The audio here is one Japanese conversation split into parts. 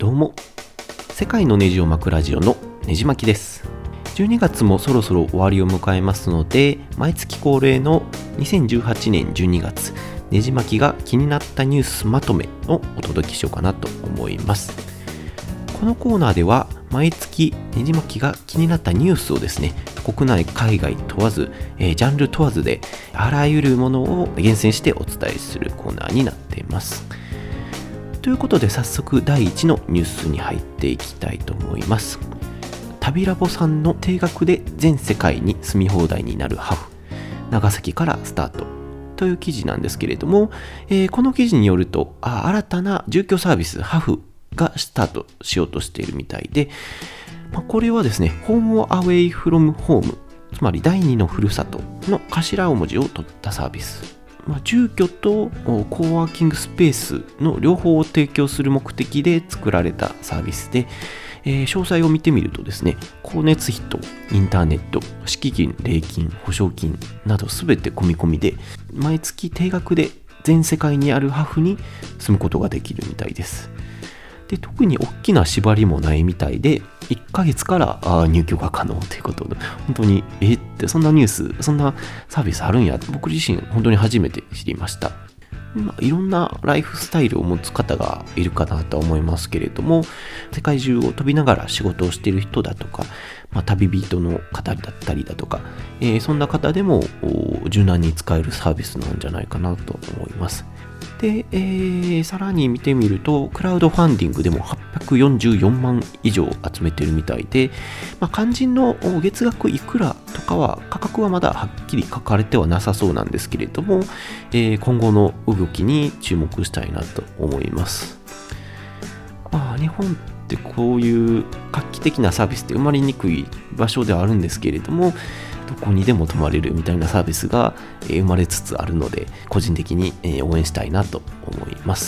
どうも、世界のネジを巻くラジオのネジ巻きです。12月もそろそろ終わりを迎えますので、毎月恒例の2018年12月ネジ巻きが気になったニュースまとめをお届けしようかなと思います。このコーナーでは毎月ネジ巻きが気になったニュースをですね、国内海外問わず、ジャンル問わずであらゆるものを厳選してお伝えするコーナーになっています。ということで早速第1のニュースに入っていきたいと思います。旅ラボさんの定額で全世界に住み放題になるハフ、長崎からスタートという記事なんですけれども、この記事によると新たな住居サービスハフがスタートしようとしているみたいで、これはですね、ホームアウェイフロムホーム、つまり第二のふるさとの頭文字を取ったサービス。住居とコーワーキングスペースの両方を提供する目的で作られたサービスで、詳細を見てみるとですね、光熱費とインターネット、敷金、礼金、保証金などすべて込み込みで、毎月定額で全世界にあるハフに住むことができるみたいです。で、特に大きな縛りもないみたいで、1ヶ月から入居が可能ということで、本当にってそんなニュース、そんなサービスあるんや、僕自身本当に初めて知りました。いろんなライフスタイルを持つ方がいるかなとは思いますけれども、世界中を飛びながら仕事をしている人だとか、旅人の方だったりだとか、そんな方でも柔軟に使えるサービスなんじゃないかなと思います。で、さらに見てみると、クラウドファンディングでも844万以上集めてるみたいで、肝心の月額いくらとかは、価格はまだはっきり書かれてはなさそうなんですけれども、今後の動きに注目したいなと思います。日本ってこういう画期的なサービスって生まれにくい場所ではあるんですけれども、どこにでも泊まれるみたいなサービスが生まれつつあるので、個人的に応援したいなと思います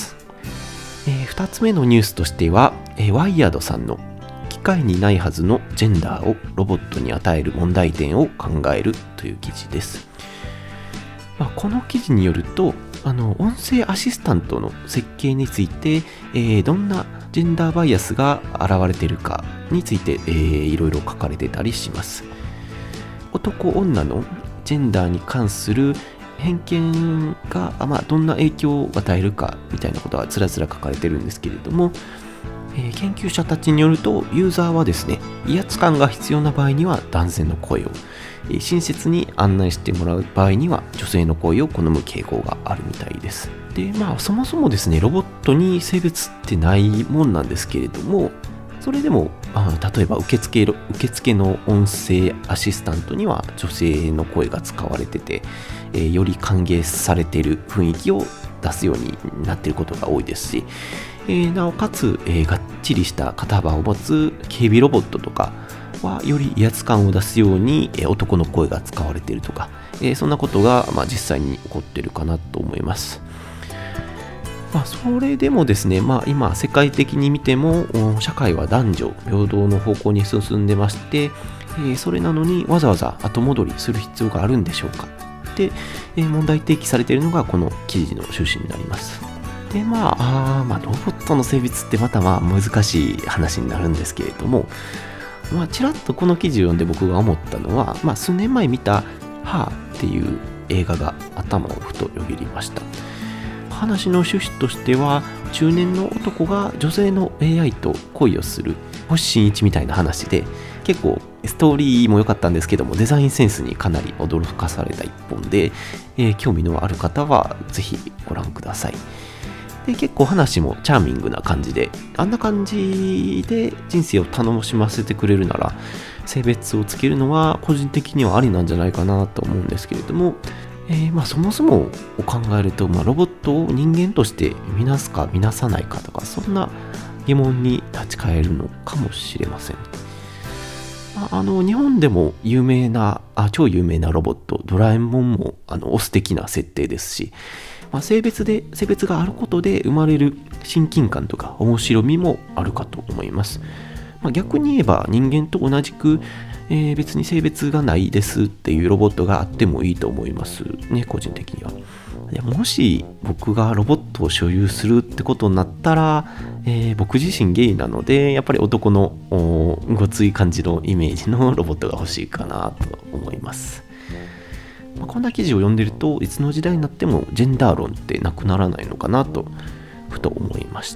。2つ目のニュースとしては、ワイヤードさんの機械にないはずのジェンダーをロボットに与える問題点を考えるという記事です。この記事によると、音声アシスタントの設計について、どんなジェンダーバイアスが現れているかについて、いろいろ書かれてたりします。男女のジェンダーに関する偏見が、どんな影響を与えるかみたいなことはつらつら書かれてるんですけれども、研究者たちによると、ユーザーはですね、威圧感が必要な場合には男性の声を、親切に案内してもらう場合には女性の声を好む傾向があるみたいです。で、そもそもですね、ロボットに性別ってないもんなんですけれども、それでも例えば受付の音声アシスタントには女性の声が使われてて、より歓迎されている雰囲気を出すようになっていることが多いですし、なおかつ、がっちりした肩幅を持つ警備ロボットとかはより威圧感を出すように男の声が使われているとか、そんなことが実際に起こっているかなと思います。それでもですね、今世界的に見ても社会は男女平等の方向に進んでまして、それなのにわざわざ後戻りする必要があるんでしょうかって問題提起されているのがこの記事の趣旨になります。で、ロボットの性別ってまた難しい話になるんですけれども、ちらっとこの記事を読んで僕が思ったのは、数年前見たハーっていう映画が頭をふとよぎりました。話の趣旨としては、中年の男が女性の AI と恋をする星新一みたいな話で、結構ストーリーも良かったんですけども、デザインセンスにかなり驚かされた一本で、興味のある方はぜひご覧ください。で、結構話もチャーミングな感じで、あんな感じで人生を楽しませてくれるなら、性別をつけるのは個人的にはありなんじゃないかなと思うんですけれども、そもそもを考えると、ロボットを人間として見なすか見なさないかとか、そんな疑問に立ち返るのかもしれません。日本でも超有名なロボットドラえもんもオス的な設定ですし、性別があることで生まれる親近感とか面白みもあるかと思います。逆に言えば人間と同じく別に性別がないですっていうロボットがあってもいいと思いますね、個人的には。いやもし僕がロボットを所有するってことになったら、僕自身ゲイなのでやっぱり男のごつい感じのイメージのロボットが欲しいかなと思います。こんな記事を読んでるといつの時代になってもジェンダー論ってなくならないのかなとふと思いました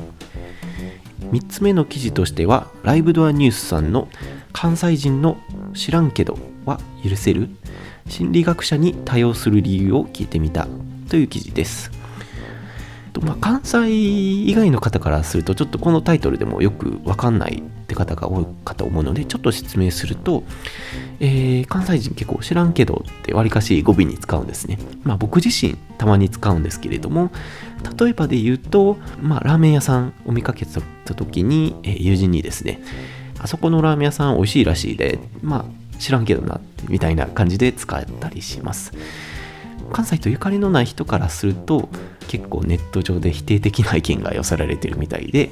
。3つ目の記事としてはライブドアニュースさんの関西人の知らんけどは許せる？心理学者に多用する理由を聞いてみたという記事です。関西以外の方からするとちょっとこのタイトルでもよくわかんないって方が多いかと思うのでちょっと説明すると、関西人結構知らんけどってわりかし語尾に使うんですね。僕自身たまに使うんですけれども、例えばで言うと、ラーメン屋さんを見かけた時に、友人にですね、あそこのラーメン屋さん美味しいらしいで、知らんけどなみたいな感じで使ったりします。関西とゆかりのない人からすると結構ネット上で否定的な意見が寄せられているみたいで、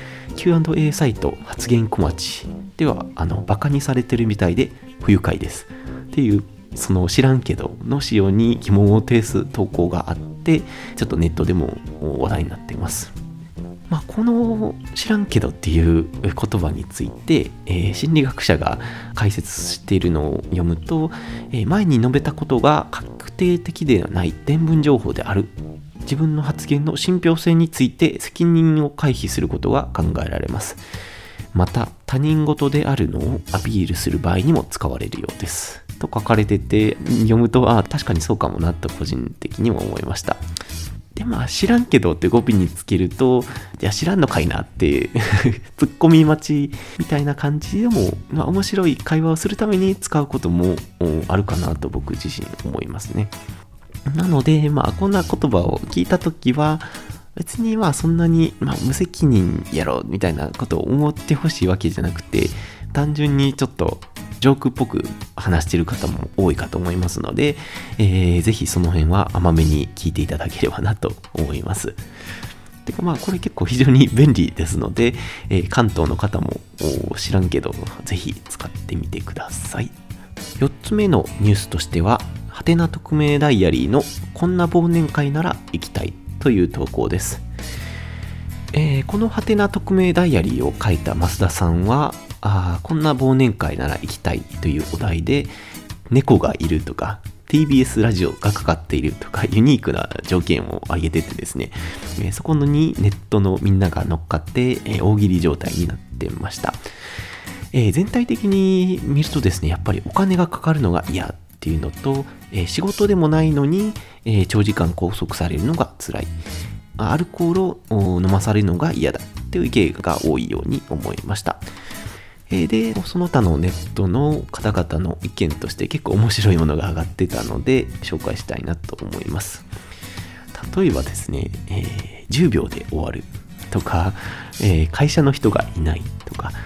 Q&A サイト発言小町ではバカにされてるみたいで不愉快ですっていう、その知らんけどの仕様に疑問を呈す投稿があってちょっとネットでも話題になっています。この知らんけどっていう言葉について、心理学者が解説しているのを読むと、前に述べたことが確定的ではない伝聞情報である、自分の発言の信憑性について責任を回避することが考えられます。また他人事であるのをアピールする場合にも使われるようですと書かれてて、読むと確かにそうかもなと個人的にも思いました。で知らんけどって語尾につけると、いや知らんのかいなってツッコミ待ちみたいな感じでも、面白い会話をするために使うこともあるかなと僕自身思いますね。なのでこんな言葉を聞いたときは別にそんなに、無責任やろみたいなことを思ってほしいわけじゃなくて、単純にちょっとジョークっぽく話している方も多いかと思いますので、ぜひその辺は甘めに聞いていただければなと思います。てかこれ結構非常に便利ですので、関東の方も知らんけどぜひ使ってみてください。4つ目のニュースとしてはハテナ匿名ダイアリーのこんな忘年会なら行きたいという投稿です。このハテナ匿名ダイアリーを書いた増田さんはこんな忘年会なら行きたいというお題で猫がいるとか TBS ラジオがかかっているとかユニークな条件を挙げててですね、そこにネットのみんなが乗っかって大喜利状態になってました。全体的に見るとですね、やっぱりお金がかかるのが嫌っていうのと、仕事でもないのに、長時間拘束されるのが辛い、アルコールを飲まされるのが嫌だっていう意見が多いように思いました。でその他のネットの方々の意見として結構面白いものが上がってたので紹介したいなと思います。例えばですね、10秒で終わるとか、会社の人がいないとか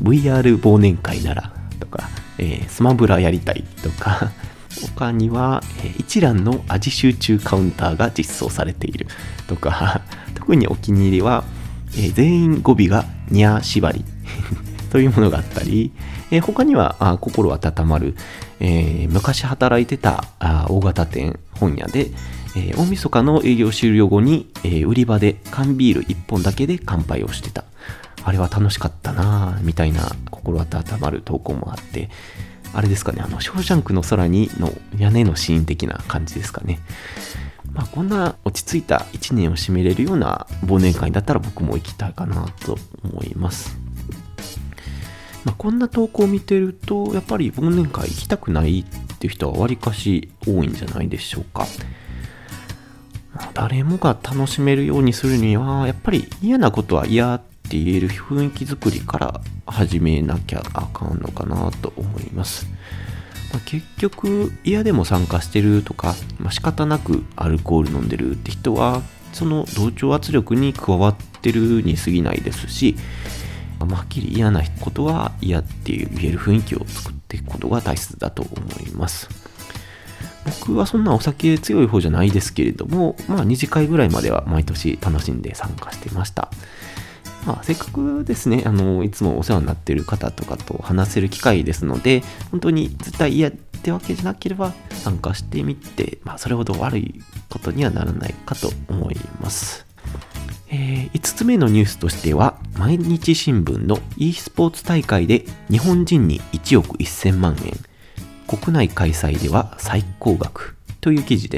VR 忘年会ならとか、スマブラやりたいとか、他には、一覧の味集中カウンターが実装されているとか、特にお気に入りは、全員語尾がにゃー縛りというものがあったり、他には心温まる、昔働いてた大型店本屋で、大晦日の営業終了後に、売り場で缶ビール1本だけで乾杯をしてた、あれは楽しかったなみたいな心温まる投稿もあって、あれですかね、ショーシャンクの空にの屋根のシーン的な感じですかね。こんな落ち着いた1年を締めれるような忘年会だったら僕も行きたいかなと思います。こんな投稿を見てるとやっぱり忘年会行きたくないっていう人はわりかし多いんじゃないでしょうか。誰もが楽しめるようにするにはやっぱり嫌なことは嫌って言える雰囲気作りから始めなきゃあかんのかなと思います。結局嫌でも参加してるとか、仕方なくアルコール飲んでるって人はその同調圧力に加わってるに過ぎないですし、はっきり嫌なことは嫌っていう言える雰囲気を作っていくことが大切だと思います。僕はそんなお酒強い方じゃないですけれども、2次会ぐらいまでは毎年楽しんで参加していました。 せっかくですね、いつもお世話になっている方とかと話せる機会ですので、本当に絶対嫌ってわけじゃなければ参加してみて、それほど悪いことにはならないかと思います。5つ目のニュースとしては、毎日新聞の e スポーツ大会で日本人に1億1000万円、国内開催では最高額という記事です。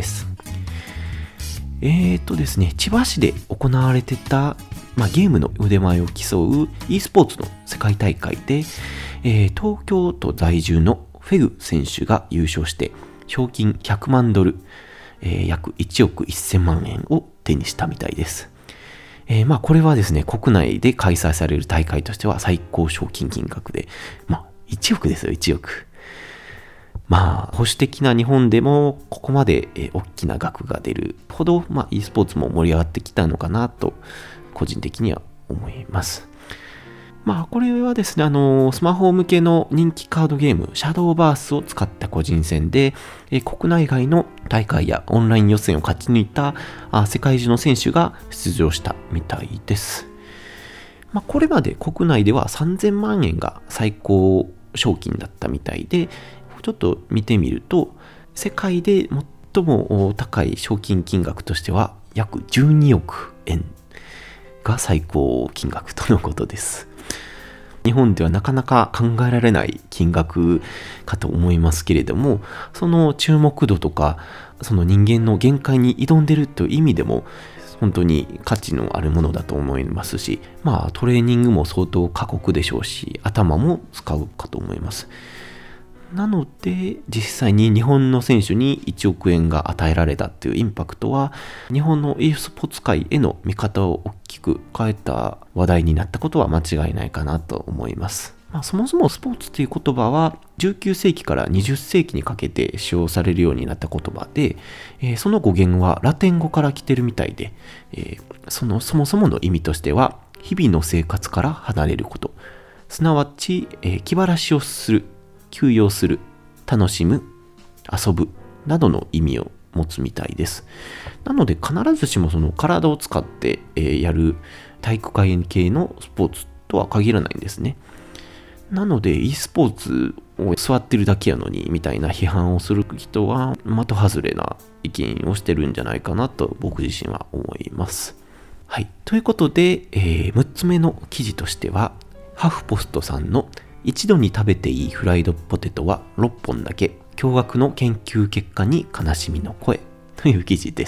ですね、千葉市で行われてた、ゲームの腕前を競う e スポーツの世界大会で、東京都在住のフェグ選手が優勝して、賞金100万ドル、約1億1000万円を手にしたみたいです。これはですね、国内で開催される大会としては最高賞金金額で、1億ですよ、1億。保守的な日本でもここまで大きな額が出るほど、e スポーツも盛り上がってきたのかなと個人的には思います。これはですね、スマホ向けの人気カードゲームシャドーバースを使った個人戦で、国内外の大会やオンライン予選を勝ち抜いた世界中の選手が出場したみたいです。これまで国内では3000万円が最高賞金だったみたいで、ちょっと見てみると、世界で最も高い賞金金額としては約12億円が最高金額とのことです。日本ではなかなか考えられない金額かと思いますけれども、その注目度とか、その人間の限界に挑んでるという意味でも、本当に価値のあるものだと思いますし、トレーニングも相当過酷でしょうし、頭も使うかと思います。なので、実際に日本の選手に1億円が与えられたっていうインパクトは、日本の e スポーツ界への見方を大きく変えた話題になったことは間違いないかなと思います。そもそもスポーツという言葉は19世紀から20世紀にかけて使用されるようになった言葉で、その語源はラテン語から来てるみたいで、そもそもの意味としては、日々の生活から離れること、すなわち、気晴らしをする、休養する、楽しむ、遊ぶなどの意味を持つみたいです。なので必ずしもその体を使って、やる体育会系のスポーツとは限らないんですね。なので e スポーツを座ってるだけやのにみたいな批判をする人は的外れな意見をしてるんじゃないかなと僕自身は思います。はい。ということで、6つ目の記事としては、ハフポストさんの一度に食べていいフライドポテトは6本だけ、驚愕の研究結果に悲しみの声という記事です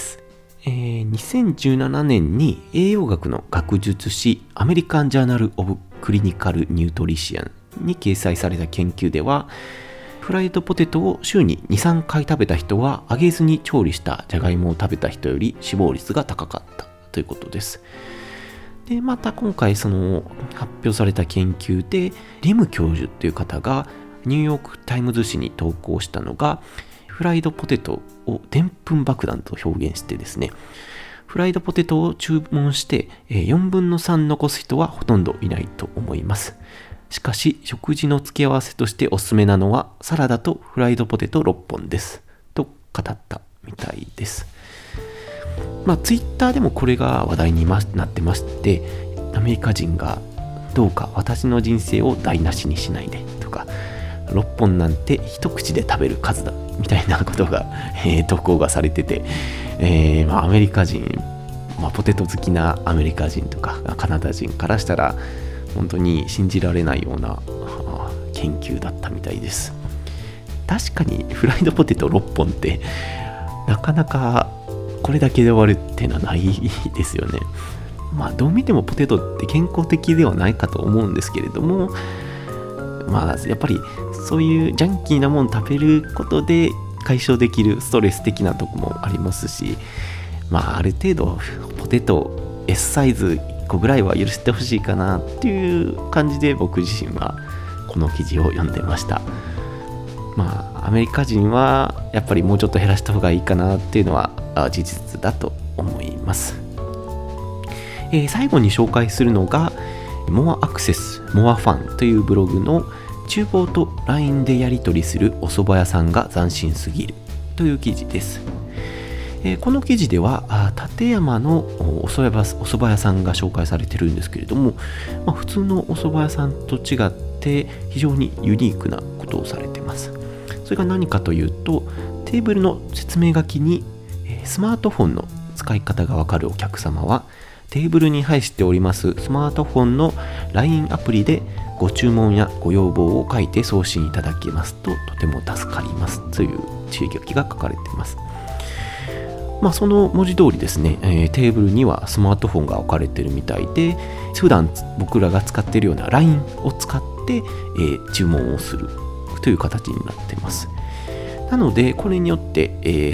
。2017年に栄養学の学術誌アメリカンジャーナル・オブ・クリニカル・ニュートリシアンに掲載された研究では、フライドポテトを週に 2,3 回食べた人は揚げずに調理したじゃがいもを食べた人より死亡率が高かったということです。で、また今回その発表された研究でリム教授っていう方がニューヨークタイムズ紙に投稿したのが、フライドポテトをでんぷん爆弾と表現してですね、フライドポテトを注文して4分の3残す人はほとんどいないと思います。しかし食事の付け合わせとしておすすめなのはサラダとフライドポテト6本ですと語ったみたいです。ツイッターでもこれが話題になってまして、アメリカ人がどうか私の人生を台無しにしないでとか、6本なんて一口で食べる数だみたいなことが、投稿がされてて、アメリカ人、ポテト好きなアメリカ人とかカナダ人からしたら本当に信じられないような研究だったみたいです。確かにフライドポテト6本ってなかなかこれだけで終わるっていうのはないですよね。どう見てもポテトって健康的ではないかと思うんですけれども、やっぱりそういうジャンキーなもの食べることで解消できるストレス的なとこもありますし、ある程度ポテト S サイズ1個ぐらいは許してほしいかなっていう感じで僕自身はこの記事を読んでました。アメリカ人はやっぱりもうちょっと減らした方がいいかなっていうのは事実だと思います。最後に紹介するのがモアアクセスモアファンというブログの厨房と LINE でやり取りするお蕎麦屋さんが斬新すぎるという記事です。 この記事では館山のお蕎麦屋さんが紹介されてるんですけれども、普通のお蕎麦屋さんと違って非常にユニークなことをされています。それが何かというと、テーブルの説明書きにスマートフォンの使い方がわかるお客様はテーブルに配しておりますスマートフォンの LINE アプリでご注文やご要望を書いて送信いただけますととても助かりますという注意書きが書かれています。その文字通りですね、テーブルにはスマートフォンが置かれているみたいで、普段僕らが使っているような LINE を使って、注文をするという形になっています。なのでこれによって、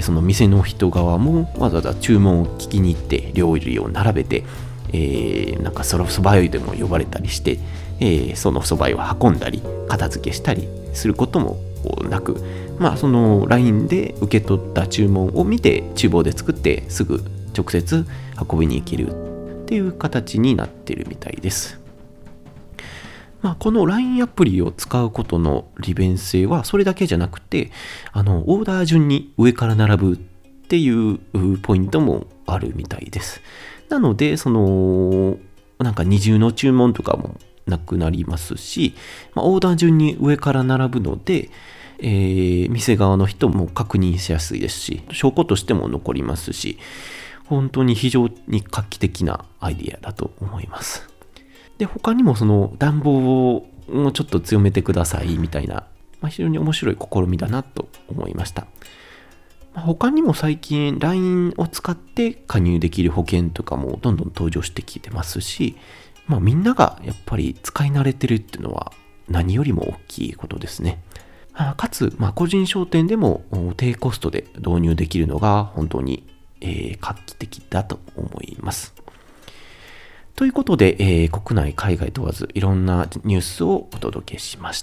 その店の人側もわざわざ注文を聞きに行って料理を並べて、なんかそば湯でも呼ばれたりして、そのそば湯を運んだり片付けしたりすることもなく、その LINE で受け取った注文を見て厨房で作ってすぐ直接運びに行けるっていう形になってるみたいです。この LINE アプリを使うことの利便性はそれだけじゃなくて、オーダー順に上から並ぶっていうポイントもあるみたいです。なのでなんか二重の注文とかもなくなりますし、オーダー順に上から並ぶので、店側の人も確認しやすいですし、証拠としても残りますし、本当に非常に画期的なアイディアだと思います。で、他にもその暖房をもうちょっと強めてくださいみたいな、非常に面白い試みだなと思いました。他にも最近 LINE を使って加入できる保険とかもどんどん登場してきてますし、みんながやっぱり使い慣れてるっていうのは何よりも大きいことですね。かつ、個人商店でも低コストで導入できるのが本当に、画期的だと思います。ということで、国内海外問わずいろんなニュースをお届けしました。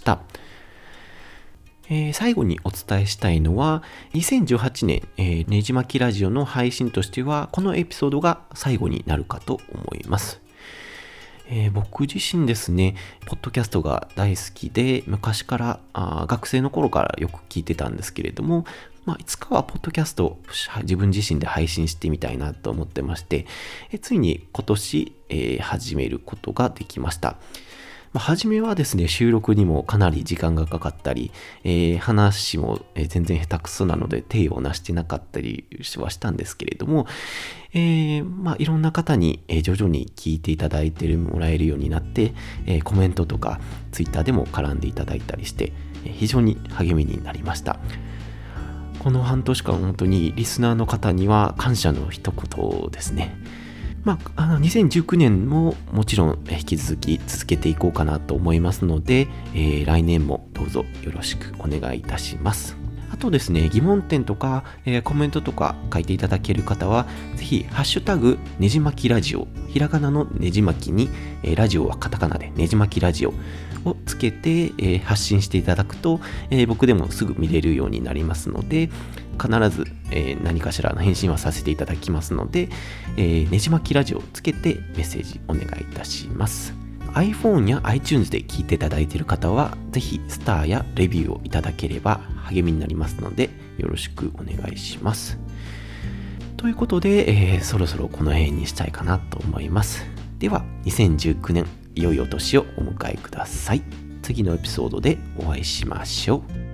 最後にお伝えしたいのは2018年、ねじまきラジオの配信としてはこのエピソードが最後になるかと思います。僕自身ですね、ポッドキャストが大好きで、昔から学生の頃からよく聞いてたんですけれども、いつかはポッドキャストを自分自身で配信してみたいなと思ってまして、ついに今年、始めることができました。初めはですね、収録にもかなり時間がかかったり、話も全然下手くそなので手をなしてなかったりはしたんですけれども、いろんな方に徐々に聞いていただいてもらえるようになって、コメントとかツイッターでも絡んでいただいたりして、非常に励みになりました。この半年間本当にリスナーの方には感謝の一言ですね。2019年ももちろん引き続き続けていこうかなと思いますので、来年もどうぞよろしくお願いいたします。あとですね、疑問点とか、コメントとか書いていただける方はぜひハッシュタグねじまきラジオ、ひらがなのねじまきに、ラジオはカタカナでねじまきラジオをつけて、発信していただくと、僕でもすぐ見れるようになりますので、必ず、何かしらの返信はさせていただきますので、ねじまきラジオをつけてメッセージお願いいたします。iPhone や iTunes で聞いていただいている方はぜひスターやレビューをいただければ励みになりますのでよろしくお願いします。ということで、そろそろこの辺にしたいかなと思います。では2019年良いお年をお迎えください。次のエピソードでお会いしましょう。